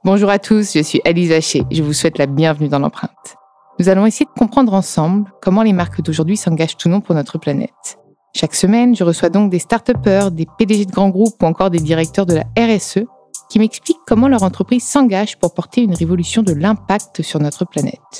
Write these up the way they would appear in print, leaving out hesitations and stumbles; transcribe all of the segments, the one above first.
Bonjour à tous, je suis Alice Vacher. Je vous souhaite la bienvenue dans l'empreinte. Nous allons essayer de comprendre ensemble comment les marques d'aujourd'hui s'engagent ou non pour notre planète. Chaque semaine, je reçois donc des start-upers, des PDG de grands groupes ou encore des directeurs de la RSE qui m'expliquent comment leur entreprise s'engage pour porter une révolution de l'impact sur notre planète.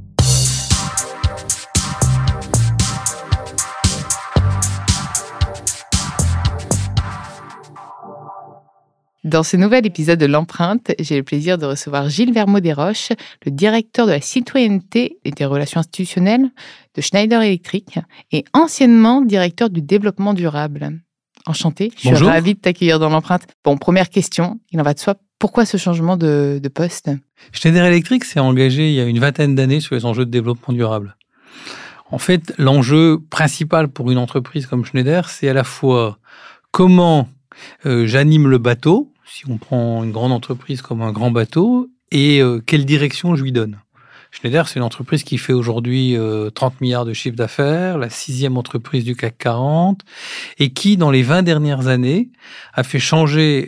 Dans ce nouvel épisode de l'Empreinte, j'ai le plaisir de recevoir Gilles Vermaux-Desroches, le directeur de la citoyenneté et des relations institutionnelles de Schneider Electric et anciennement directeur du développement durable. Enchanté, je suis ravie de t'accueillir dans l'Empreinte. Bon, première question, il en va de soi, pourquoi ce changement de poste ? Schneider Electric s'est engagé il y a une vingtaine d'années sur les enjeux de développement durable. En fait, l'enjeu principal pour une entreprise comme Schneider, c'est à la fois comment j'anime le bateau, si on prend une grande entreprise comme un grand bateau, et quelle direction je lui donne. Schneider, c'est une entreprise qui fait aujourd'hui 30 milliards de chiffre d'affaires, la 6e entreprise du CAC 40, et qui, dans les 20 dernières années, a fait changer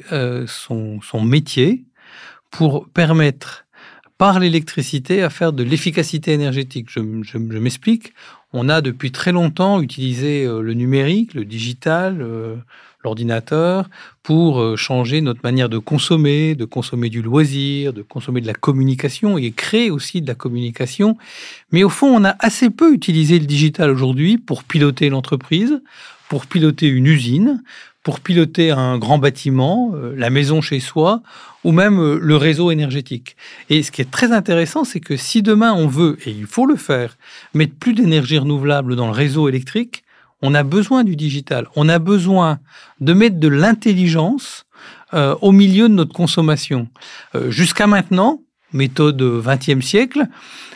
son métier pour permettre, par l'électricité, à faire de l'efficacité énergétique. Je m'explique. On a depuis très longtemps utilisé le numérique, le digital, l'ordinateur, pour changer notre manière de consommer du loisir, de consommer de la communication et créer aussi de la communication. Mais au fond, on a assez peu utilisé le digital aujourd'hui pour piloter l'entreprise, pour piloter une usine, pour piloter un grand bâtiment, la maison chez soi, ou même le réseau énergétique. Et ce qui est très intéressant, c'est que si demain on veut, et il faut le faire, mettre plus d'énergie renouvelable dans le réseau électrique, on a besoin du digital. On a besoin de mettre de l'intelligence au milieu de notre consommation. Jusqu'à maintenant, méthode 20e siècle,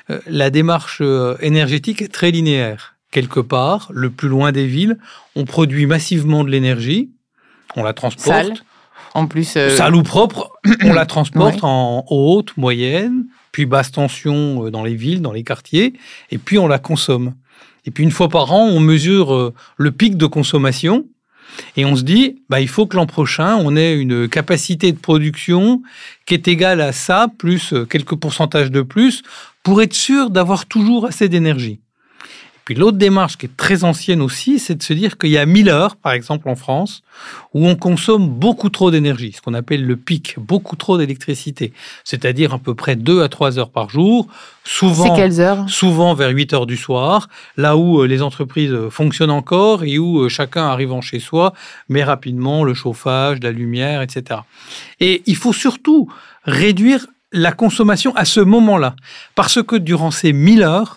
la démarche énergétique est très linéaire. Quelque part, le plus loin des villes, on produit massivement de l'énergie, on la transporte. Sale, en plus. Sale ou propre, on la transporte en haute, moyenne, puis basse tension dans les villes, dans les quartiers, et puis on la consomme. Et puis, une fois par an, on mesure le pic de consommation et on se dit, il faut que l'an prochain, on ait une capacité de production qui est égale à ça, plus quelques pourcentages de plus, pour être sûr d'avoir toujours assez d'énergie. Puis l'autre démarche qui est très ancienne aussi, c'est de se dire qu'il y a 1000 heures, par exemple en France, où on consomme beaucoup trop d'énergie, ce qu'on appelle le pic, beaucoup trop d'électricité, c'est-à-dire à peu près 2 à 3 heures par jour, souvent, c'est quelles heures ? Souvent vers 8 heures du soir, là où les entreprises fonctionnent encore et où chacun arrivant chez soi met rapidement le chauffage, la lumière, etc. Et il faut surtout réduire la consommation à ce moment-là, parce que durant ces 1000 heures,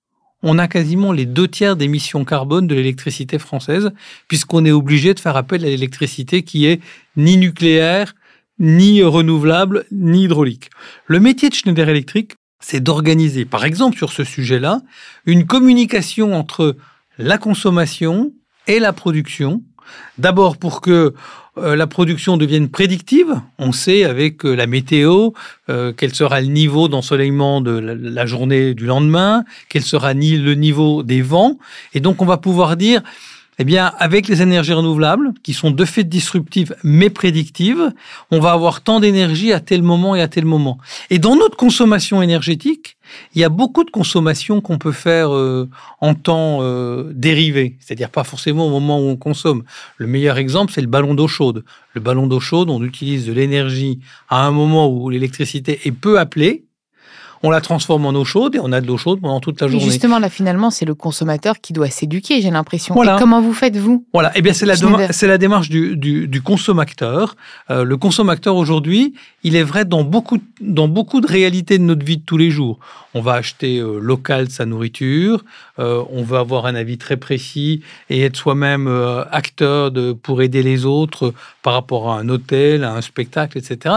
on a quasiment les 2/3 d'émissions carbone de l'électricité française, puisqu'on est obligé de faire appel à l'électricité qui est ni nucléaire, ni renouvelable, ni hydraulique. Le métier de Schneider Electric, c'est d'organiser, par exemple sur ce sujet-là, une communication entre la consommation et la production. D'abord pour que la production devienne prédictive. On sait avec la météo quel sera le niveau d'ensoleillement de la journée du lendemain, quel sera le niveau des vents. Et donc, on va pouvoir dire, avec les énergies renouvelables, qui sont de fait disruptives mais prédictives, on va avoir tant d'énergie à tel moment et à tel moment. Et dans notre consommation énergétique, il y a beaucoup de consommations qu'on peut faire en temps dérivé, c'est-à-dire pas forcément au moment où on consomme. Le meilleur exemple, c'est le ballon d'eau chaude. Le ballon d'eau chaude, on utilise de l'énergie à un moment où l'électricité est peu appelée. On la transforme en eau chaude et on a de l'eau chaude pendant toute la journée. Et justement, là, finalement, c'est le consommateur qui doit s'éduquer, j'ai l'impression. Voilà. Et comment vous faites, vous ? Voilà, c'est la démarche du consommateur. Le consommateur, aujourd'hui, il est vrai dans beaucoup de réalités de notre vie de tous les jours. On va acheter local sa nourriture, on veut avoir un avis très précis et être soi-même acteur pour aider les autres par rapport à un hôtel, à un spectacle, etc.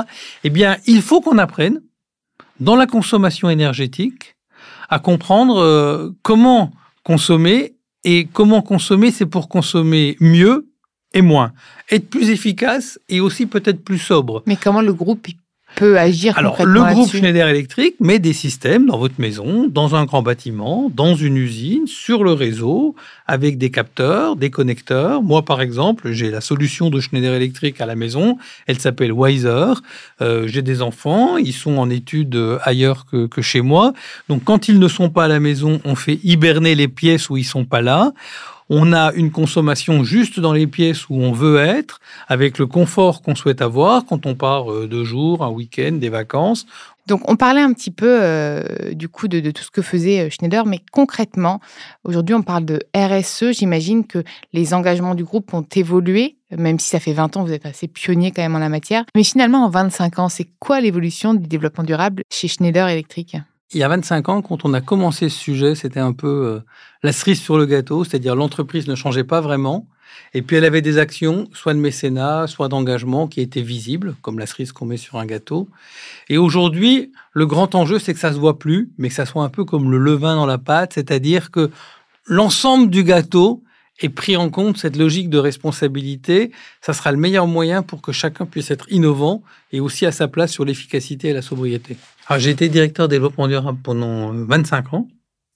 Il faut qu'on apprenne dans la consommation énergétique, à comprendre comment consommer. Et comment consommer, c'est pour consommer mieux et moins. Être plus efficace et aussi peut-être plus sobre. Mais comment le groupe peut agir Alors, concrètement le groupe là-dessus? Schneider Electric met des systèmes dans votre maison, dans un grand bâtiment, dans une usine, sur le réseau, avec des capteurs, des connecteurs. Moi, par exemple, j'ai la solution de Schneider Electric à la maison. Elle s'appelle Wiser. J'ai des enfants, ils sont en études ailleurs que chez moi. Donc, quand ils ne sont pas à la maison, on fait hiberner les pièces où ils sont pas là. On a une consommation juste dans les pièces où on veut être, avec le confort qu'on souhaite avoir quand on part 2 jours, un week-end, des vacances. Donc, on parlait un petit peu du coup de tout ce que faisait Schneider, mais concrètement, aujourd'hui, on parle de RSE. J'imagine que les engagements du groupe ont évolué, même si ça fait 20 ans, vous êtes assez pionnier quand même en la matière. Mais finalement, en 25 ans, c'est quoi l'évolution du développement durable chez Schneider Electric? Il y a 25 ans, quand on a commencé ce sujet, c'était un peu la cerise sur le gâteau, c'est-à-dire l'entreprise ne changeait pas vraiment. Et puis elle avait des actions, soit de mécénat, soit d'engagement, qui étaient visibles, comme la cerise qu'on met sur un gâteau. Et aujourd'hui, le grand enjeu, c'est que ça se voit plus, mais que ça soit un peu comme le levain dans la pâte, c'est-à-dire que l'ensemble du gâteau est pris en compte, cette logique de responsabilité. Ça sera le meilleur moyen pour que chacun puisse être innovant et aussi à sa place sur l'efficacité et la sobriété. Alors, j'ai été directeur développement durable pendant 25 ans.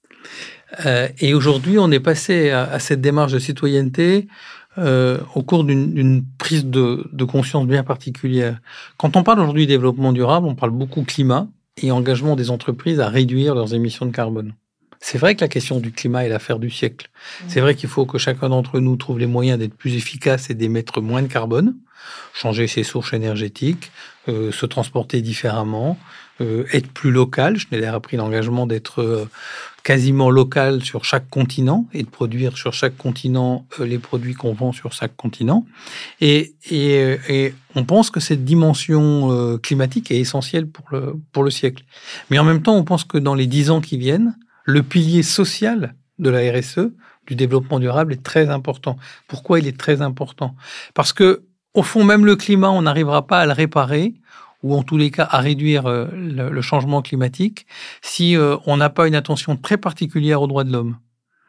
Et aujourd'hui, on est passé à cette démarche de citoyenneté au cours d'une prise de conscience bien particulière. Quand on parle aujourd'hui de développement durable, on parle beaucoup climat et engagement des entreprises à réduire leurs émissions de carbone. C'est vrai que la question du climat est l'affaire du siècle. C'est vrai qu'il faut que chacun d'entre nous trouve les moyens d'être plus efficace et d'émettre moins de carbone, changer ses sources énergétiques, se transporter différemment, être plus local. Schneider a pris l'engagement d'être quasiment local sur chaque continent et de produire sur chaque continent les produits qu'on vend sur chaque continent. Et on pense que cette dimension climatique est essentielle pour le siècle. Mais en même temps, on pense que dans les 10 ans qui viennent, le pilier social de la RSE, du développement durable, est très important. Pourquoi il est très important ? Parce que, au fond, même le climat, on n'arrivera pas à le réparer, ou en tous les cas à réduire le changement climatique, si on n'a pas une attention très particulière aux droits de l'homme.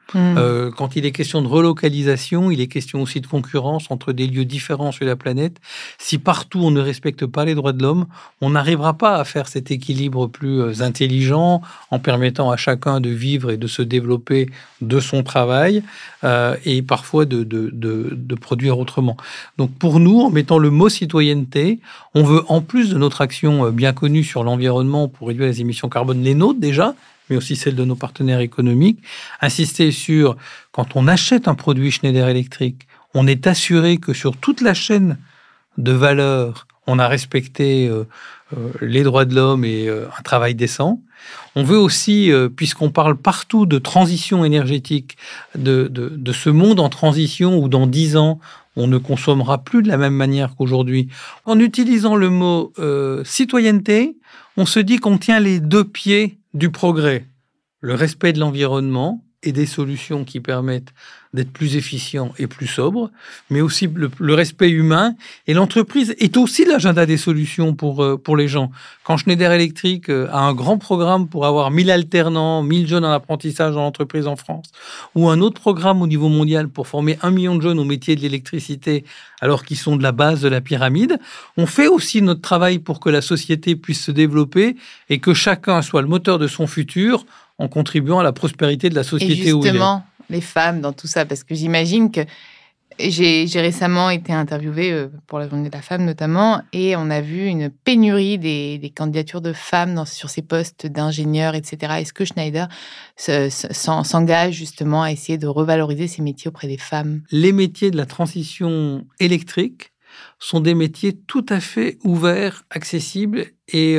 Quand il est question de relocalisation, il est question aussi de concurrence entre des lieux différents sur la planète. Si partout on ne respecte pas les droits de l'homme, on n'arrivera pas à faire cet équilibre plus intelligent en permettant à chacun de vivre et de se développer de son travail et parfois de produire autrement. Donc pour nous, en mettant le mot citoyenneté, on veut, en plus de notre action bien connue sur l'environnement pour réduire les émissions carbone, les nôtres déjà, mais aussi celle de nos partenaires économiques, insister sur, quand on achète un produit Schneider Electric, on est assuré que sur toute la chaîne de valeur, on a respecté les droits de l'homme et un travail décent. On veut aussi, puisqu'on parle partout de transition énergétique, de ce monde en transition où dans 10 ans, on ne consommera plus de la même manière qu'aujourd'hui. En utilisant le mot citoyenneté, on se dit qu'on tient les 2 pieds du progrès, le respect de l'environnement et des solutions qui permettent d'être plus efficient et plus sobre, mais aussi le respect humain. Et l'entreprise est aussi l'agenda des solutions pour les gens. Quand Schneider Electric a un grand programme pour avoir 1000 alternants, 1000 jeunes en apprentissage dans l'entreprise en France, ou un autre programme au niveau mondial pour former 1 million de jeunes au métier de l'électricité, alors qu'ils sont de la base de la pyramide, on fait aussi notre travail pour que la société puisse se développer et que chacun soit le moteur de son futur en contribuant à la prospérité de la société où il est. Et justement, les femmes dans tout ça, parce que j'imagine que j'ai récemment été interviewée pour la Journée de la femme notamment, et on a vu une pénurie des candidatures de femmes sur ces postes d'ingénieurs, etc. Est-ce que Schneider s'engage justement à essayer de revaloriser ces métiers auprès des femmes ? Les métiers de la transition électrique sont des métiers tout à fait ouverts, accessibles et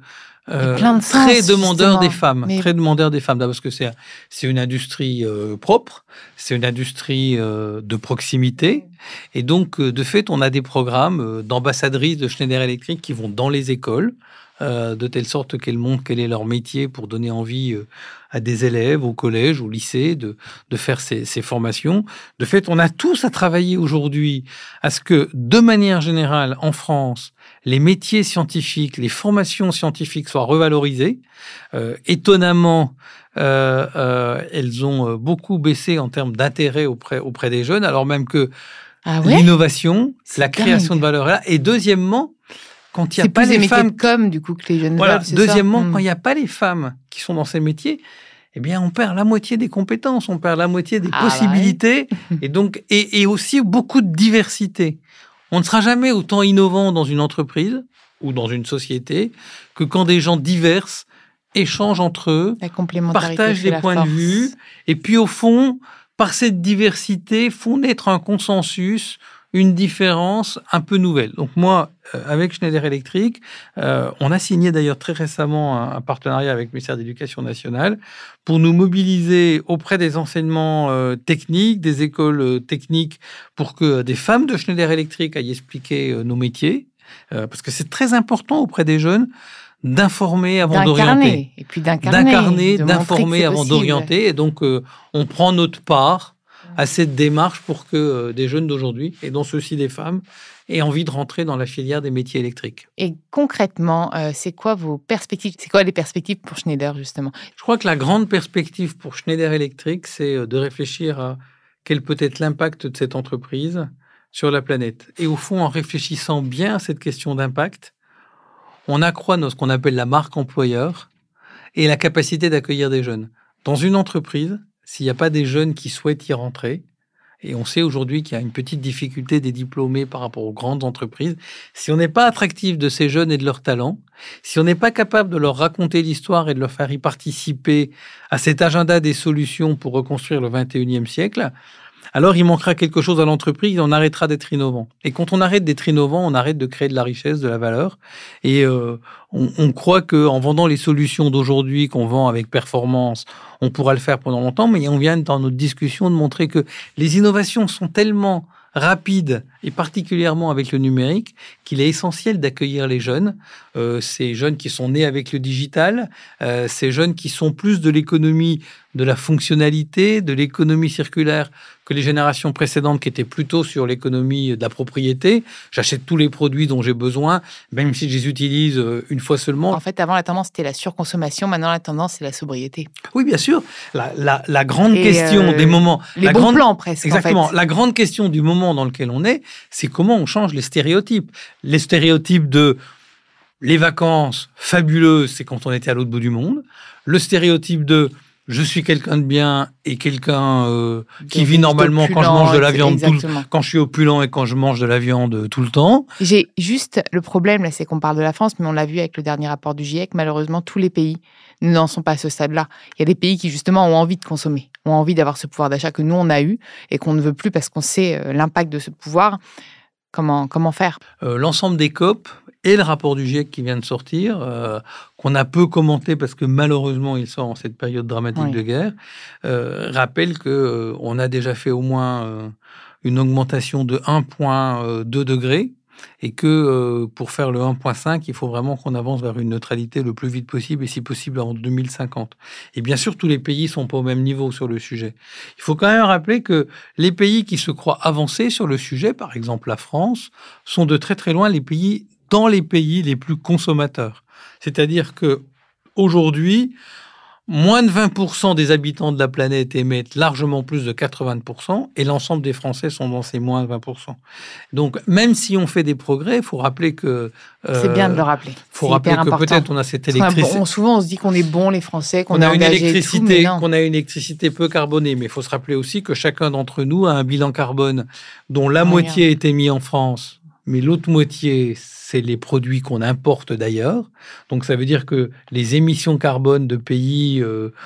très demandeurs des femmes. Très demandeurs des femmes, parce que c'est une industrie propre, c'est une industrie de proximité. Et donc, de fait, on a des programmes d'ambassadrices de Schneider Electric qui vont dans les écoles, de telle sorte qu'elles montrent quel est leur métier pour donner envie à des élèves au collège, au lycée, de faire ces formations. De fait, on a tous à travailler aujourd'hui à ce que, de manière générale, en France, les métiers scientifiques, les formations scientifiques soient revalorisées. Étonnamment, elles ont beaucoup baissé en termes d'intérêt auprès des jeunes, alors même que l'innovation, la création de valeur est là. Et deuxièmement, quand il n'y a pas les femmes... comme du coup que les jeunes Voilà. veulent, Deuxièmement, quand il n'y a pas les femmes qui sont dans ces métiers, eh bien, on perd la moitié des compétences, on perd la moitié des possibilités, et donc et aussi beaucoup de diversité. On ne sera jamais autant innovant dans une entreprise ou dans une société que quand des gens divers échangent entre eux, partagent des points de vue, et puis au fond, par cette diversité, font naître un consensus, une différence un peu nouvelle. Donc moi, avec Schneider Electric, on a signé d'ailleurs très récemment un partenariat avec le ministère de l'Éducation nationale pour nous mobiliser auprès des enseignements techniques, des écoles techniques, pour que des femmes de Schneider Electric aillent expliquer nos métiers, parce que c'est très important auprès des jeunes d'informer avant d'orienter. Et puis d'incarner, d'informer avant d'orienter. Et donc, on prend notre part à cette démarche pour que des jeunes d'aujourd'hui, et dont ceux-ci des femmes, aient envie de rentrer dans la filière des métiers électriques. Et concrètement, c'est quoi vos perspectives ? C'est quoi les perspectives pour Schneider, justement ? Je crois que la grande perspective pour Schneider Electric, c'est de réfléchir à quel peut être l'impact de cette entreprise sur la planète. Et au fond, en réfléchissant bien à cette question d'impact, on accroît ce qu'on appelle la marque employeur et la capacité d'accueillir des jeunes. Dans une entreprise, s'il n'y a pas des jeunes qui souhaitent y rentrer, et on sait aujourd'hui qu'il y a une petite difficulté des diplômés par rapport aux grandes entreprises, si on n'est pas attractif de ces jeunes et de leurs talents, si on n'est pas capable de leur raconter l'histoire et de leur faire y participer à cet agenda des solutions pour reconstruire le 21e siècle, alors il manquera quelque chose à l'entreprise et on arrêtera d'être innovant. Et quand on arrête d'être innovant, on arrête de créer de la richesse, de la valeur. Et on croit qu'en vendant les solutions d'aujourd'hui qu'on vend avec performance, on pourra le faire pendant longtemps. Mais on vient dans notre discussion de montrer que les innovations sont tellement rapides, et particulièrement avec le numérique, qu'il est essentiel d'accueillir les jeunes. Ces jeunes qui sont nés avec le digital, ces jeunes qui sont plus de l'économie de la fonctionnalité, de l'économie circulaire que les générations précédentes qui étaient plutôt sur l'économie de la propriété. J'achète tous les produits dont j'ai besoin, même si je les utilise une fois seulement. En fait, avant, la tendance, c'était la surconsommation. Maintenant, la tendance, c'est la sobriété. Oui, bien sûr. La grande question des moments... Les bons plans, presque, exactement. En fait. La grande question du moment dans lequel on est, c'est comment on change les stéréotypes. Les stéréotypes de les vacances fabuleuses, c'est quand on était à l'autre bout du monde. Le stéréotype de je suis quelqu'un de bien et quelqu'un qui vit normalement quand je mange de la viande, quand je suis opulent et quand je mange de la viande tout le temps. J'ai juste le problème, là, c'est qu'on parle de la France, mais on l'a vu avec le dernier rapport du GIEC, malheureusement, tous les pays n'en sont pas à ce stade-là. Il y a des pays qui, justement, ont envie de consommer, ont envie d'avoir ce pouvoir d'achat que nous, on a eu et qu'on ne veut plus parce qu'on sait l'impact de ce pouvoir. Comment faire ? L'ensemble des COP et le rapport du GIEC qui vient de sortir, qu'on a peu commenté parce que malheureusement il sort en cette période dramatique de guerre, rappelle qu'on a déjà fait au moins une augmentation de 1,2 degrés et que pour faire le 1,5, il faut vraiment qu'on avance vers une neutralité le plus vite possible et si possible en 2050. Et bien sûr, tous les pays ne sont pas au même niveau sur le sujet. Il faut quand même rappeler que les pays qui se croient avancés sur le sujet, par exemple la France, sont de très très loin les pays les plus consommateurs. C'est-à-dire que aujourd'hui, moins de 20% des habitants de la planète émettent largement plus de 80% et l'ensemble des Français sont dans ces moins de 20%. Donc, même si on fait des progrès, il faut rappeler que... c'est bien de le rappeler. Il faut rappeler que important. Peut-être on a cette électricité... Souvent, on se dit qu'on est bons, les Français, qu'on a qu'on a une électricité peu carbonée. Mais il faut se rappeler aussi que chacun d'entre nous a un bilan carbone dont la moitié a été mis en France, mais l'autre moitié, c'est les produits qu'on importe d'ailleurs. Donc, ça veut dire que les émissions carbone de pays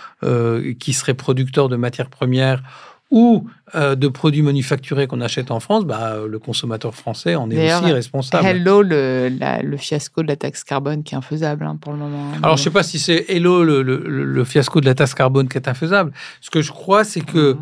qui seraient producteurs de matières premières ou de produits manufacturés qu'on achète en France, le consommateur français en est aussi responsable. Hello, le fiasco de la taxe carbone qui est infaisable pour le moment. Alors, je ne sais pas si c'est hello le fiasco de la taxe carbone qui est infaisable. Ce que je crois, c'est que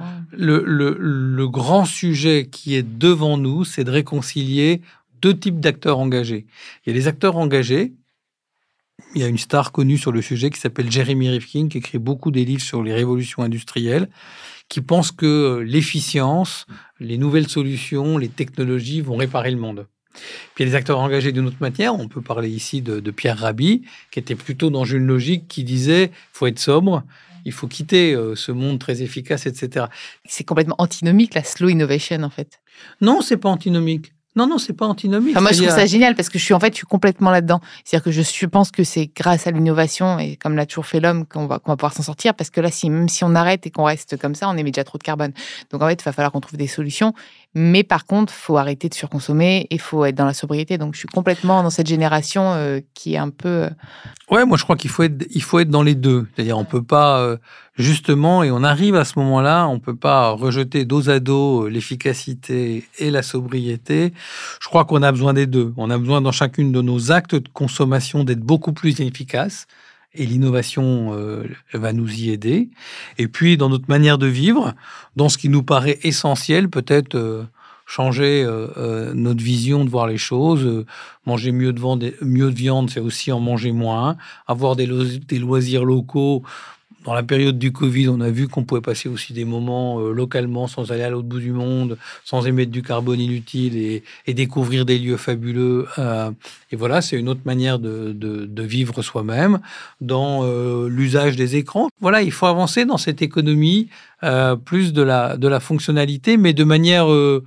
le grand sujet qui est devant nous, c'est de réconcilier deux types d'acteurs engagés. Il y a les acteurs engagés. Il y a une star connue sur le sujet qui s'appelle Jeremy Rifkin, qui écrit beaucoup des livres sur les révolutions industrielles, qui pense que l'efficience, les nouvelles solutions, les technologies vont réparer le monde. Puis il y a des acteurs engagés d'une autre manière. On peut parler ici de Pierre Rabhi, qui était plutôt dans une logique qui disait « il faut être sobre ». Il faut quitter ce monde très efficace, etc. C'est complètement antinomique, la slow innovation, en fait. Non, c'est pas antinomique. Non, c'est pas antinomique. Moi, je trouve ça génial parce que je suis complètement là-dedans. C'est-à-dire que je pense que c'est grâce à l'innovation et comme l'a toujours fait l'homme qu'on va pouvoir s'en sortir. Parce que là, même si on arrête et qu'on reste comme ça, on émet déjà trop de carbone. Donc, en fait, il va falloir qu'on trouve des solutions. Mais par contre, il faut arrêter de surconsommer et il faut être dans la sobriété. Donc, je suis complètement dans cette génération qui est un peu... Ouais, moi, je crois qu'il faut être dans les deux. C'est-à-dire, on peut pas... Justement, et on arrive à ce moment-là, on ne peut pas rejeter dos à dos l'efficacité et la sobriété. Je crois qu'on a besoin des deux. On a besoin dans chacune de nos actes de consommation d'être beaucoup plus efficaces. Et l'innovation va nous y aider. Et puis, dans notre manière de vivre, dans ce qui nous paraît essentiel, peut-être changer notre vision de voir les choses. Manger mieux de viande, c'est aussi en manger moins. Avoir des loisirs locaux. Dans la période du Covid, on a vu qu'on pouvait passer aussi des moments localement sans aller à l'autre bout du monde, sans émettre du carbone inutile et découvrir des lieux fabuleux. Et voilà, c'est une autre manière de vivre soi-même dans l'usage des écrans. Voilà, il faut avancer dans cette économie plus de la fonctionnalité, mais de manière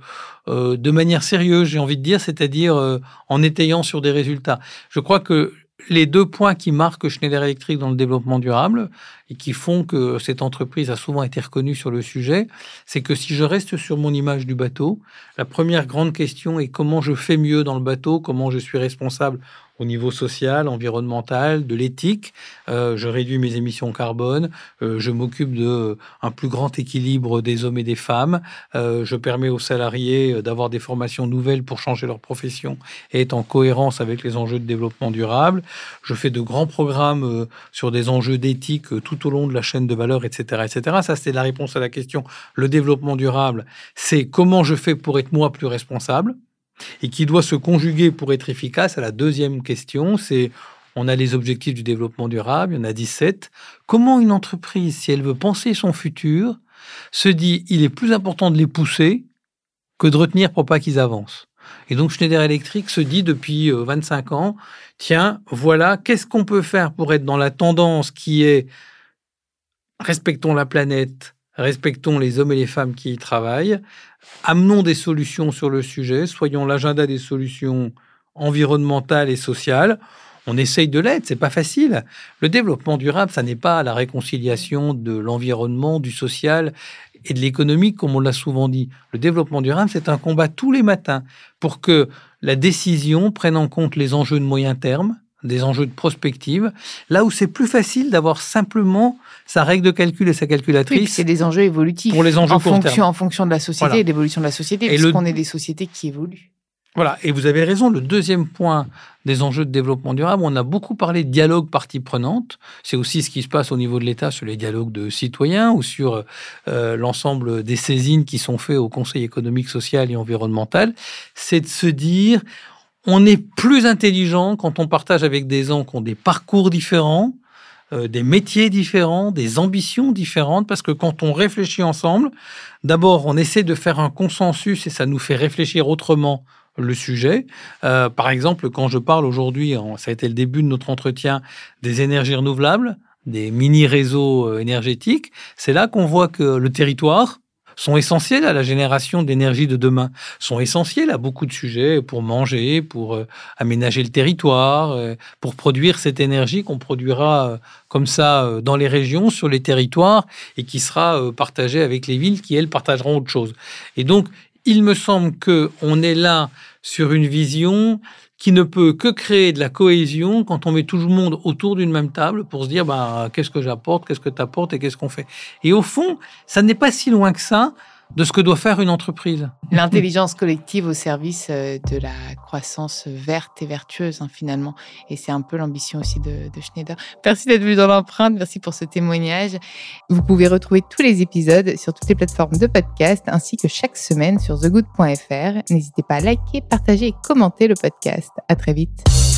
sérieuse, j'ai envie de dire, c'est-à-dire en étayant sur des résultats. Je crois que les deux points qui marquent Schneider Electric dans le développement durable et qui font que cette entreprise a souvent été reconnue sur le sujet, c'est que si je reste sur mon image du bateau, la première grande question est comment je fais mieux dans le bateau, comment je suis responsable au niveau social, environnemental, de l'éthique. Je réduis mes émissions carbone, je m'occupe d'un plus grand équilibre des hommes et des femmes, je permets aux salariés d'avoir des formations nouvelles pour changer leur profession et être en cohérence avec les enjeux de développement durable. Je fais de grands programmes sur des enjeux d'éthique tout au long de la chaîne de valeur, etc., etc. Ça, c'est la réponse à la question. Le développement durable, c'est comment je fais pour être moi plus responsable et qui doit se conjuguer pour être efficace à la deuxième question, c'est on a les objectifs du développement durable, il y en a 17. Comment une entreprise, si elle veut penser son futur, se dit il est plus important de les pousser que de retenir pour pas qu'ils avancent. Et donc Schneider Electric se dit depuis 25 ans, tiens, voilà, qu'est-ce qu'on peut faire pour être dans la tendance qui est respectons la planète, respectons les hommes et les femmes qui y travaillent, amenons des solutions sur le sujet, soyons l'agenda des solutions environnementales et sociales. On essaye de l'être, c'est pas facile. Le développement durable, ça n'est pas la réconciliation de l'environnement, du social et de l'économique, comme on l'a souvent dit. Le développement durable, c'est un combat tous les matins pour que la décision prenne en compte les enjeux de moyen terme, des enjeux de prospective, là où c'est plus facile d'avoir simplement sa règle de calcul et sa calculatrice. Oui, c'est des enjeux évolutifs. Pour les enjeux en fonction de la société voilà. Et de l'évolution de la société, puisqu'on est des sociétés qui évoluent. Voilà, et vous avez raison, le deuxième point des enjeux de développement durable, on a beaucoup parlé de dialogue parties prenantes. C'est aussi ce qui se passe au niveau de l'État sur les dialogues de citoyens ou sur l'ensemble des saisines qui sont faites au Conseil économique, social et environnemental. C'est de se dire, on est plus intelligent quand on partage avec des gens qui ont des parcours différents, des métiers différents, des ambitions différentes, parce que quand on réfléchit ensemble, d'abord, on essaie de faire un consensus et ça nous fait réfléchir autrement le sujet. Par exemple, quand je parle aujourd'hui, ça a été le début de notre entretien, des énergies renouvelables, des mini-réseaux énergétiques, c'est là qu'on voit que le territoire sont essentiels à la génération d'énergie de demain, sont essentiels à beaucoup de sujets pour manger, pour aménager le territoire, pour produire cette énergie qu'on produira comme ça dans les régions, sur les territoires, et qui sera partagée avec les villes qui, elles, partageront autre chose. Et donc, il me semble qu'on est là sur une vision qui ne peut que créer de la cohésion quand on met tout le monde autour d'une même table pour se dire qu'est-ce que j'apporte, qu'est-ce que tu apportes et qu'est-ce qu'on fait. Et au fond, ça n'est pas si loin que ça de ce que doit faire une entreprise. L'intelligence collective au service de la croissance verte et vertueuse, finalement. Et c'est un peu l'ambition aussi de Schneider. Merci d'être venu dans l'empreinte, merci pour ce témoignage. Vous pouvez retrouver tous les épisodes sur toutes les plateformes de podcast, ainsi que chaque semaine sur thegood.fr. N'hésitez pas à liker, partager et commenter le podcast. À très vite.